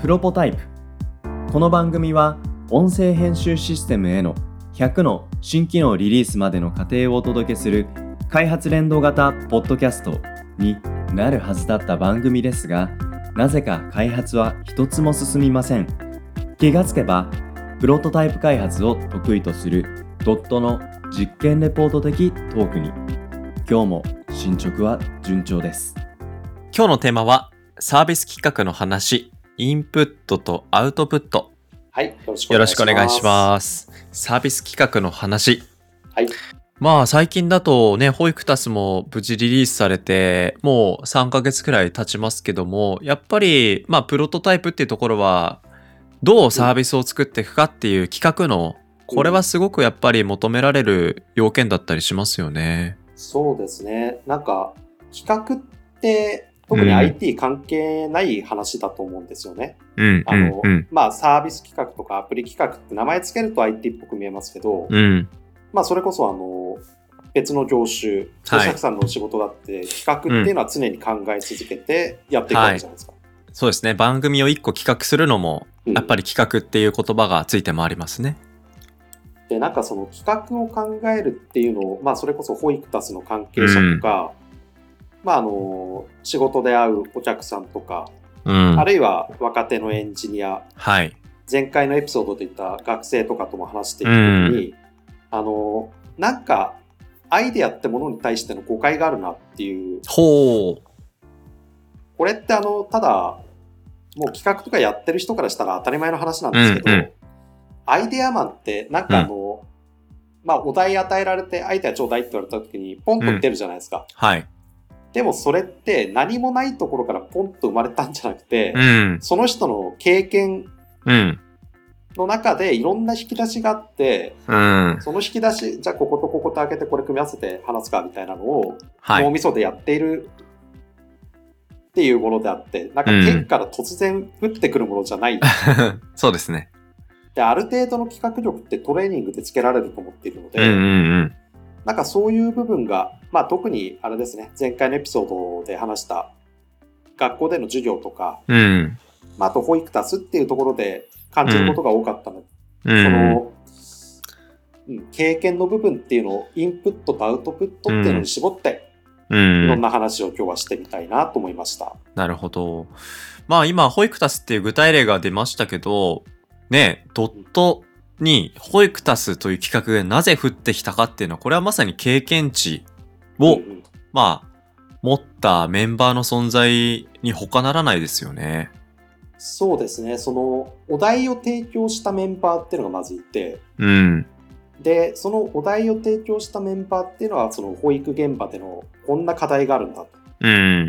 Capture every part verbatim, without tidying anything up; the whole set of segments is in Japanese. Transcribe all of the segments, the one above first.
プロポタイプ。この番組は音声編集システムへのひゃくの新機能リリースまでの過程をお届けする開発連動型ポッドキャストになるはずだった番組ですが、なぜか開発は一つも進みません。気がつけばプロトタイプ開発を得意とするドットの実験レポート的トークに、今日も進捗は順調です。 今日のテーマはサービス企画の話、インプットとアウトプット。 はい、よろしくお願いします。サービス企画の話。 はい。 まあ最近だとね、ホイクタスも無事リリースされて、もうさんかげつくらい経ちますけども、やっぱりまあプロトタイプっていうところは、どうサービスを作っていくかっていう企画の、これはすごくやっぱり求められる要件だったりしますよね。 そうですね。なんか企画って特に アイティー 関係ない話だと思うんですよね。 うん、 あの、 うんうん、 まあサービス企画とかアプリ企画って名前つけると アイティー っぽく見えますけど、 うん、 まあそれこそあの別の業種、お客さんの仕事だって企画っていうのは常に考え続けてやっていくわけじゃないですか。 はい、そうですね。番組をいっこ企画するのも、やっぱり企画っていう言葉がついて回りますね。 で、なんかその企画を考えるっていうのを、まあそれこそホイクタスの関係者とか、うんまあ、あの仕事で会うお客さんとか、うん、あるいは若手のエンジニア、 はい、 前回のエピソードで言った学生とかとも話していくときに、うん、あのなんかアイデアってものに対しての誤解があるなっていう。 ほう。 これってあのただもう企画とかやってる人からしたら当たり前の話なんですけど、うんうん、アイデアマンってなんかあの、うん、まあお題与えられてアイデアちょうだいって言われたときにポンと出るじゃないですか。 うん、はい。 でもそれって何もないところからポンと生まれたんじゃなくて、 うん、 その人の経験の中でいろんな引き出しがあって、 うん、 その引き出し、じゃあこことここと開けてこれ組み合わせて話すかみたいなのを脳みそでやっているっていうものであって、なんか天から突然降ってくるものじゃない。うん、 そうですね。 で、ある程度の企画力ってトレーニングでつけられると思っているので、 うんうんうん、 なんかそういう部分が、まあ特にあれですね、前回のエピソードで話した学校での授業とか、 うん、 まあ、あとホイクタスっていうところで感じることが多かったので、 うん、 その、うん、経験の部分っていうのをインプットとアウトプットっていうのに絞って、うん、いろんな話を今日はしてみたいなと思いました。 なるほど。まあ今ホイクタスっていう具体例が出ましたけど、ね、ドットにホイクタスという企画がなぜ降ってきたかっていうのは、これはまさに経験値を、うんうん、まあ持ったメンバーの存在に他ならないですよね。 そうですね。そのお題を提供したメンバーっていうのがまずいて、 うん、 でそのお題を提供したメンバーっていうのはその保育現場でのこんな課題があるんだと。 うん、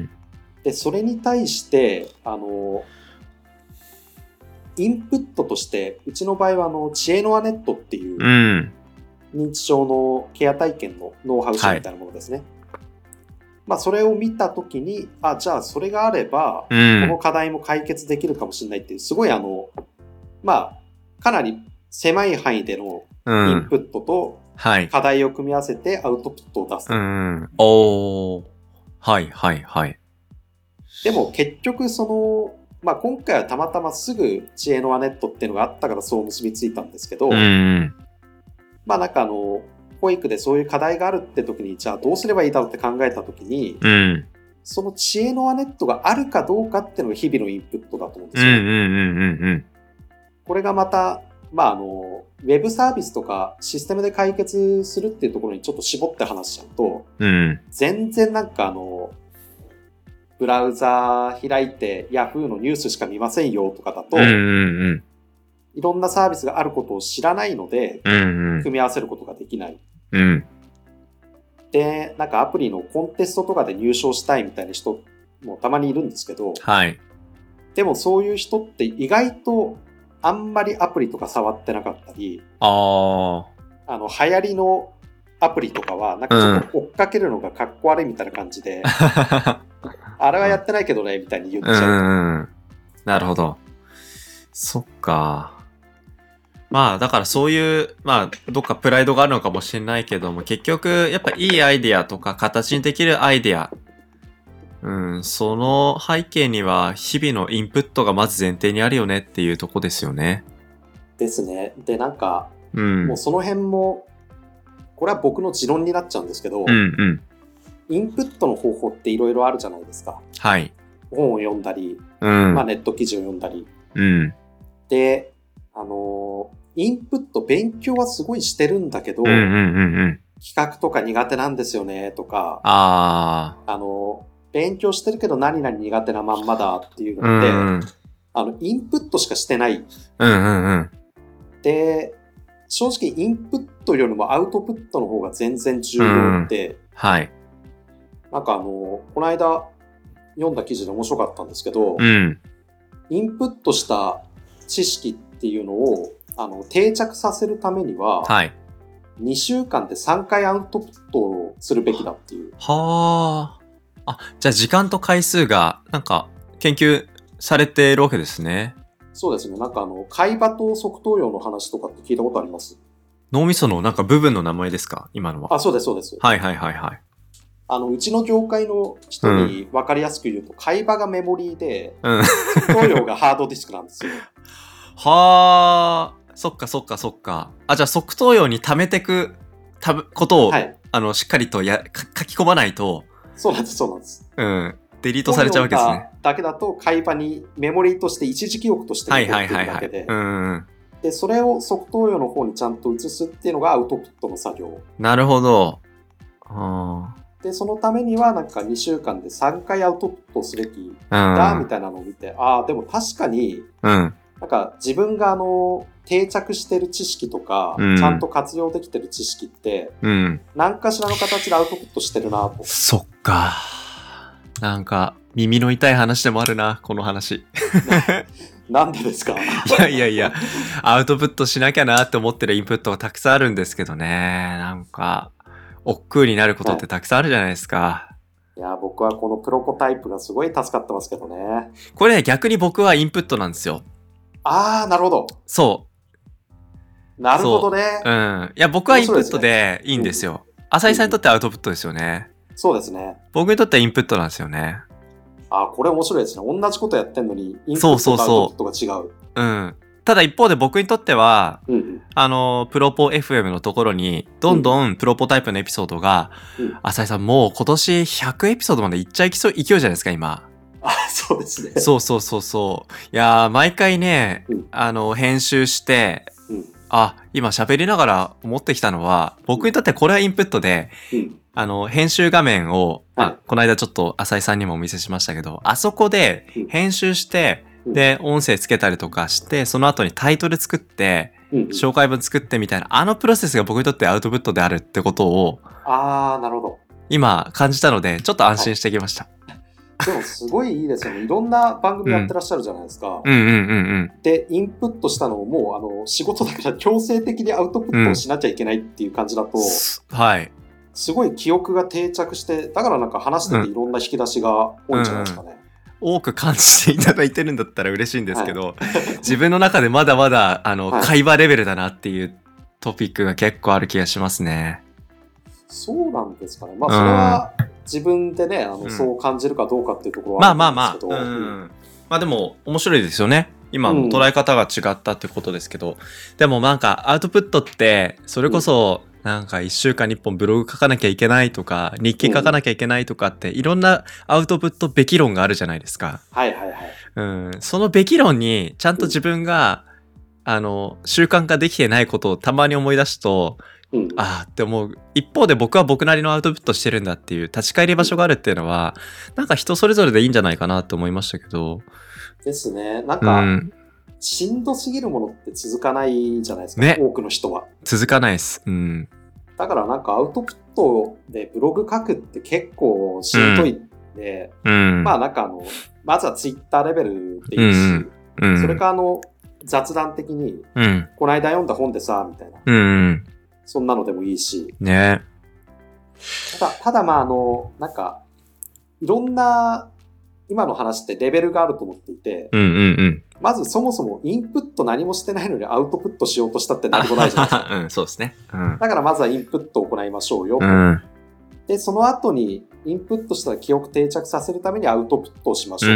でそれに対してあのインプットとして、うちの場合はあの知恵のアネットっていう認知症のケア体験のノウハウ書みたいなものですね。はい、まあそれを見たときに、あ、じゃあそれがあれば、うん、この課題も解決できるかもしれないっていう、すごいあの、まあかなり狭い範囲でのインプットと課題を組み合わせてアウトプットを出す。 うん、おー、はいはいはい。 でも結局その、まあ、今回はたまたますぐ知恵のアネットっていうのがあったからそう結びついたんですけど、 うん、 まあなんかあの保育でそういう課題があるって時にじゃあどうすればいいだろうって考えた時に、 うん、 その知恵のアネットがあるかどうかっていうのが日々のインプットだと思うんですよ、 うんうんうんうん、 これがまた、まあ、あのウェブサービスとかシステムで解決するっていうところにちょっと絞って話しちゃうと、 うん、 全然なんかあのブラウザー開いて Yahoo のニュースしか見ませんよとかだと、 うんうんうん、 いろんなサービスがあることを知らないので、 うんうん、 組み合わせることができない、 うん、 でなんかアプリのコンテストとかで入賞したいみたいな人もたまにいるんですけど、 はい、 でもそういう人って意外とあんまりアプリとか触ってなかったり、 ああの流行りのアプリとかはなんかちょっと追っかけるのがかっこ悪いみたいな感じで、うん、あれはやってないけどねみたいに言っちゃうと、 うんうん、なるほど。そっか。まあだからそういうまあどっかプライドがあるのかもしれないけども、結局やっぱいいアイデアとか形にできるアイデアうん、その背景には日々のインプットがまず前提にあるよねっていうとこですよね。 ですね。で、なんか、 うん。 もうその辺も、これは僕の持論になっちゃうんですけど、 うんうん。 インプットの方法っていろいろあるじゃないですか。 はい。 本を読んだり、 うん。 まあネット記事を読んだり。 うん。 で、あのー、インプット、勉強はすごいしてるんだけど、 うんうんうんうん。 企画とか苦手なんですよね、とか、 ああのー、勉強してるけど何々苦手なまんまだっていうあ。うのって、 んうん。 あの、インプットしかしてない。 うんうんうん。 で、正直インプットよりもアウトプットの方が全然重要で、 うん、はい。 なんかあの、この間読んだ記事で面白かったんですけど、 うん、 インプットした知識っていうのをあの定着させるためには、 はい。 にしゅうかんでさんかいアウトプットをするべきだっていう。 はあ。あ、じゃあ時間と回数がなんか研究されているわけですね。 そうですね。なんかあの、海馬と側頭葉の話とかって聞いたことあります？ 脳みそのなんか部分の名前ですか今のは。 あ、そうです、そうです。 はいはいはいはい。 あの、うちの業界の人に分かりやすく言うと、うん、海馬がメモリーで、 うん、 側頭葉がハードディスクなんですよ。 はあ、そっかそっかそっか。あ、じゃあ側頭葉に溜めてくたぶことを、はい、あの、しっかりとや書き込まないと。 そうなんです、そうなんです。 うん。デリートされちゃうわけですね。 だけだと海馬にメモリーとして一時記憶として残ってるだけで、でそれを側頭葉の方にちゃんと移すっていうのがアウトプットの作業。 なるほど。はでそのためにはなんかにしゅうかんでさんかいアウトプットすべきだみたいなのを見て、ああでも確かに、うん、なんか自分があの定着してる知識とか、うん、ちゃんと活用できてる知識って、うん、何かしらの形でアウトプットしてるなと。 そっか。なんか耳の痛い話でもあるなこの話。 なんでですか？ いやいやいや、アウトプットしなきゃなって思ってるインプットがたくさんあるんですけどね。なんか億劫になることってたくさんあるじゃないですか。はい、 いや僕はこのプロトタイプがすごい助かってますけどね。 これね逆に僕はインプットなんですよ。 あーなるほど。 そう。 なるほどね。 うん。いや僕はインプットでいいんですよ。浅井さんにとってはアウトプットですよね。 そうですね。 僕にとってはインプットなんですよね。 あ、これ面白いですね。同じことやってんのに、インプットとアウトプットが違う。そうそうそう。 うん。ただ一方で僕にとっては、うんうん、あの、プロポ エフエム のところに、どんどんプロポタイプのエピソードが、うん、浅井さんもう今年ひゃくエピソードまでいっちゃいきそう、勢いじゃないですか、今。 あ、そうですね。 そうそうそうそう。いやー、毎回ね、うん、あの、編集して、うん、あ、今喋りながら思ってきたのは、僕にとってこれはインプットで、うんあの、編集画面を、はい、あこの間ちょっと浅井さんにもお見せしましたけど、あそこで編集して、うん、で、音声つけたりとかして、その後にタイトル作って、うんうん、紹介文作ってみたいな、あのプロセスが僕にとってアウトプットであるってことを、 あー、なるほど。 今感じたので、ちょっと安心してきました。 はい、でもすごいいいですよね。いろんな番組やってらっしゃるじゃないですか。 うん、うんうんうんうん。 で、インプットしたのをもう、あの、仕事だから強制的にアウトプットをしなきゃいけないっていう感じだと、うん、 はい。 すごい記憶が定着して、だからなんか話してていろんな引き出しが多いんじゃないですかね。 うんうん、多く感じていただいてるんだったら嬉しいんですけど、はい、自分の中でまだまだ、あの、はい、会話レベルだなっていうトピックが結構ある気がしますね。 そうなんですかね。まあ、それは自分でね、あの、うん、そう感じるかどうかっていうところはあるんですけど。 まあまあまあ。うん、まあでも、面白いですよね。今も捉え方が違ったってことですけど、うん、でもなんかアウトプットって、それこそ、うんなんか一週間に一本ブログ書かなきゃいけないとか、日記書かなきゃいけないとかって、いろんなアウトプットべき論があるじゃないですか。 はいはいはい。 うん。そのべき論に、ちゃんと自分が、うん、あの、習慣化できてないことをたまに思い出すと、うん、ああって思う。一方で僕は僕なりのアウトプットしてるんだっていう立ち返り場所があるっていうのは、なんか人それぞれでいいんじゃないかなって思いましたけど。 ですね。なんか、うんしんどすぎるものって続かないじゃないですか、ね、多くの人は。 続かないです。うん。 だからなんかアウトプットでブログ書くって結構しんどいんで、うん、まあなんかあの、まずはツイッターレベルでいいし、うんうん、それかあの、雑談的に、うん、この間読んだ本でさ、みたいな、うん、そんなのでもいいし。ね。ただ、ただまああの、なんか、いろんな、今の話ってレベルがあると思っていて、うんうんうん、まずそもそもインプット何もしてないのにアウトプットしようとしたって何もないじゃないですか。 うん、そうですね、うん。 だからまずはインプットを行いましょうよ。うん、で、その後にインプットしたら記憶定着させるためにアウトプットをしましょう。 うん。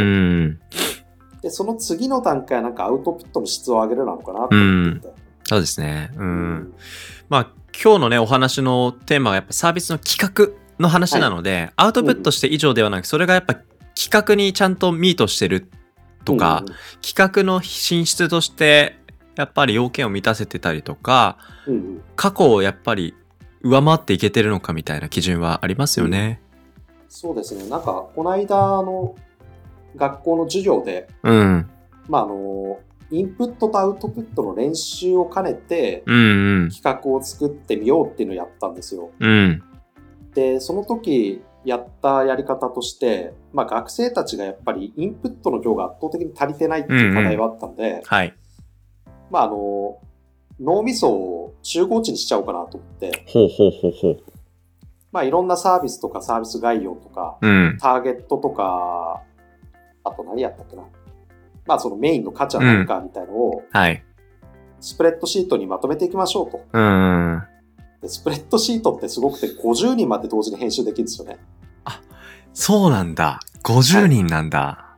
で、その次の段階はなんかアウトプットの質を上げるなのかなと思っていて。 そうですね。うん。 うん、 まあ、今日のね、お話のテーマがやっぱサービスの企画の話なので、はい、アウトプットして以上ではなく、それがやっぱ企画にちゃんとミートしてるとか、うん、企画の進出としてやっぱり要件を満たせてたりとか、うん、過去をやっぱり上回っていけてるのかみたいな基準はありますよね。 うん、そうですね。なんかこの間の学校の授業で、 うん、 まああのインプットとアウトプットの練習を兼ねて、 うんうん、 企画を作ってみようっていうのをやったんですよ。 うん、 で、その時やったやり方として、まあ、学生たちがやっぱりインプットの量が圧倒的に足りてないっていう課題はあったんで、 うんうん、はい。 まああの脳みそを集合値にしちゃおうかなと思って、 ほうほうほうほう。 まあいろんなサービスとかサービス概要とか、 うん、 ターゲットとか、あと何やったっけな。まあそのメインの価値は何かみたいなのを、 はい。 スプレッドシートにまとめていきましょうと。 うんうん、 でスプレッドシートってすごくてごじゅうにんまで同時に編集できるんですよね。 あ、そうなんだ。ごじゅうにんなんだ。はい、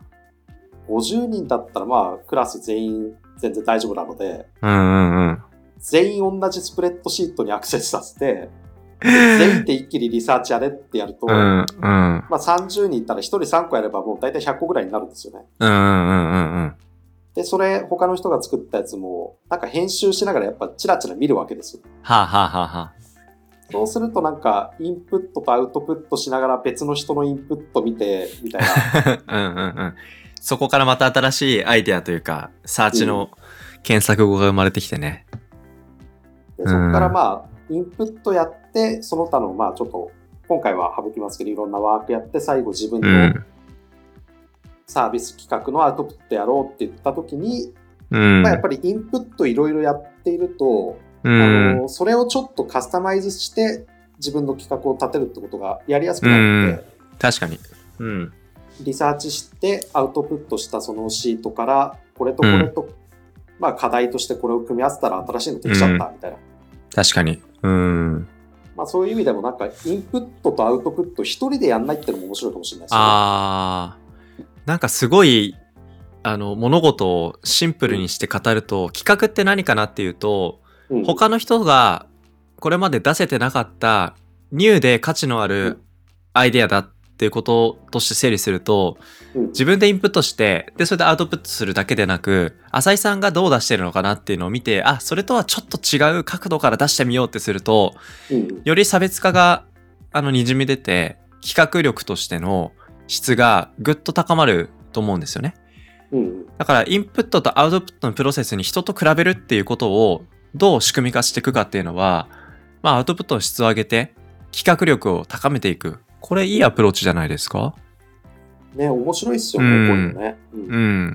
ごじゅうにんだったらまあクラス全員全然大丈夫なので、 うんうんうん、 全員同じスプレッドシートにアクセスさせて、全員で一気にリサーチやれってやると、 うんうん、まあさんじゅうにんいったらひとりさんこやればもう大体ひゃっこぐらいになるんですよね。 うんうんうんうん。 で、それ他の人が作ったやつもなんか編集しながらやっぱチラチラ見るわけですよ。 はあ、はあはあはあ、 そうするとなんかインプットとアウトプットしながら別の人のインプット見てみたいな。うんうんうん。そこからまた新しいアイデアというかサーチの検索語が生まれてきてね。 うん、でそこからまあインプットやってその他のまあちょっと今回は省きますけどいろんなワークやって最後自分のサービス企画のアウトプットやろうって言った時に、うんまあ、やっぱりインプットいろいろやっていると、うん、あのそれをちょっとカスタマイズして自分の企画を立てるってことがやりやすくなるので、うん、 確かに、うん、 リサーチしてアウトプットしたそのシートからこれとこれと、うんまあ、課題としてこれを組み合わせたら新しいのできちゃったみたいな、うん、 確かに、うんまあ、そういう意味でもなんかインプットとアウトプット一人でやんないっていうのも面白いかもしれないですよね。 あーなんかすごいあの物事をシンプルにして語ると、うん、企画って何かなっていうと、うん、他の人がこれまで出せてなかったニューで価値のあるアイデアだっていうこととして整理すると、うん、自分でインプットしてでそれでアウトプットするだけでなく浅井さんがどう出してるのかなっていうのを見てあそれとはちょっと違う角度から出してみようってすると、うん、より差別化があのにじみ出て企画力としての質がぐっと高まると思うんですよね、うん、だからインプットとアウトプットのプロセスに人と比べるっていうことをどう仕組み化していくかっていうのは、まあ、アウトプットの質を上げて企画力を高めていくこれいいアプローチじゃないですかね。面白いっすよね、うん、こういうのね、うん、 うん、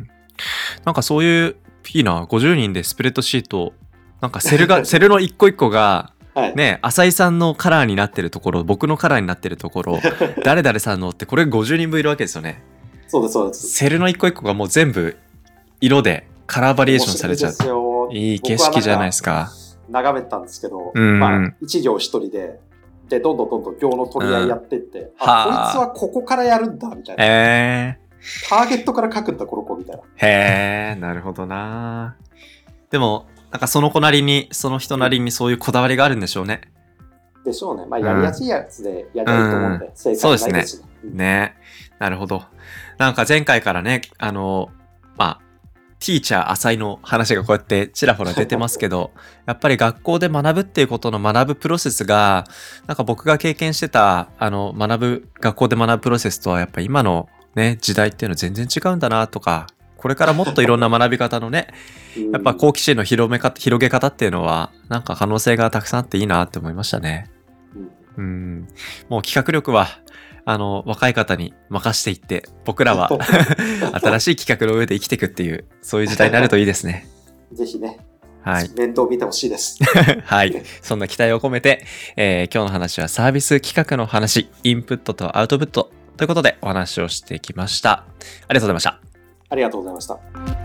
なんかそういういいなごじゅうにんでスプレッドシートなんかセルがセルの一個一個がはい、ね、浅井さんのカラーになってるところ僕のカラーになってるところ誰々さんのってこれごじゅうにんぶんいるわけですよね。 そうですそうです。 セルの一個一個がもう全部色でカラーバリエーションされちゃう。いい景色じゃないですか。 眺めたんですけど、うんまあ、一行一人ででどんどんどんどん行の取り合いやってって、うん、あこいつはここからやるんだみたいな、 へーターゲットから書くんだこの子みたいな。 へーなるほどな。でもなんかその子なりにその人なりにそういうこだわりがあるんでしょうね。 でしょうね。まあやりやすいやつでやりたいと思うので、うん、正解ないですね。 そうですね。ね。なるほど。なんか前回からね、あのまあティーチャー浅井の話がこうやってちらほら出てますけど、やっぱり学校で学ぶっていうことの学ぶプロセスがなんか僕が経験してたあの学ぶ学校で学ぶプロセスとはやっぱ今のね時代っていうのは全然違うんだなとか。これからもっといろんな学び方のねやっぱ好奇心の広めか広げ方っていうのはなんか可能性がたくさんあっていいなって思いましたね。うんもう企画力はあの若い方に任していって僕らは新しい企画の上で生きていくっていうそういう時代になるといいですね。 ぜひね、 はい、 面倒見てほしいです。 はいそんな期待を込めて、えー、今日の話はサービス企画の話インプットとアウトプットということでお話をしてきました。ありがとうございました。 ありがとうございました。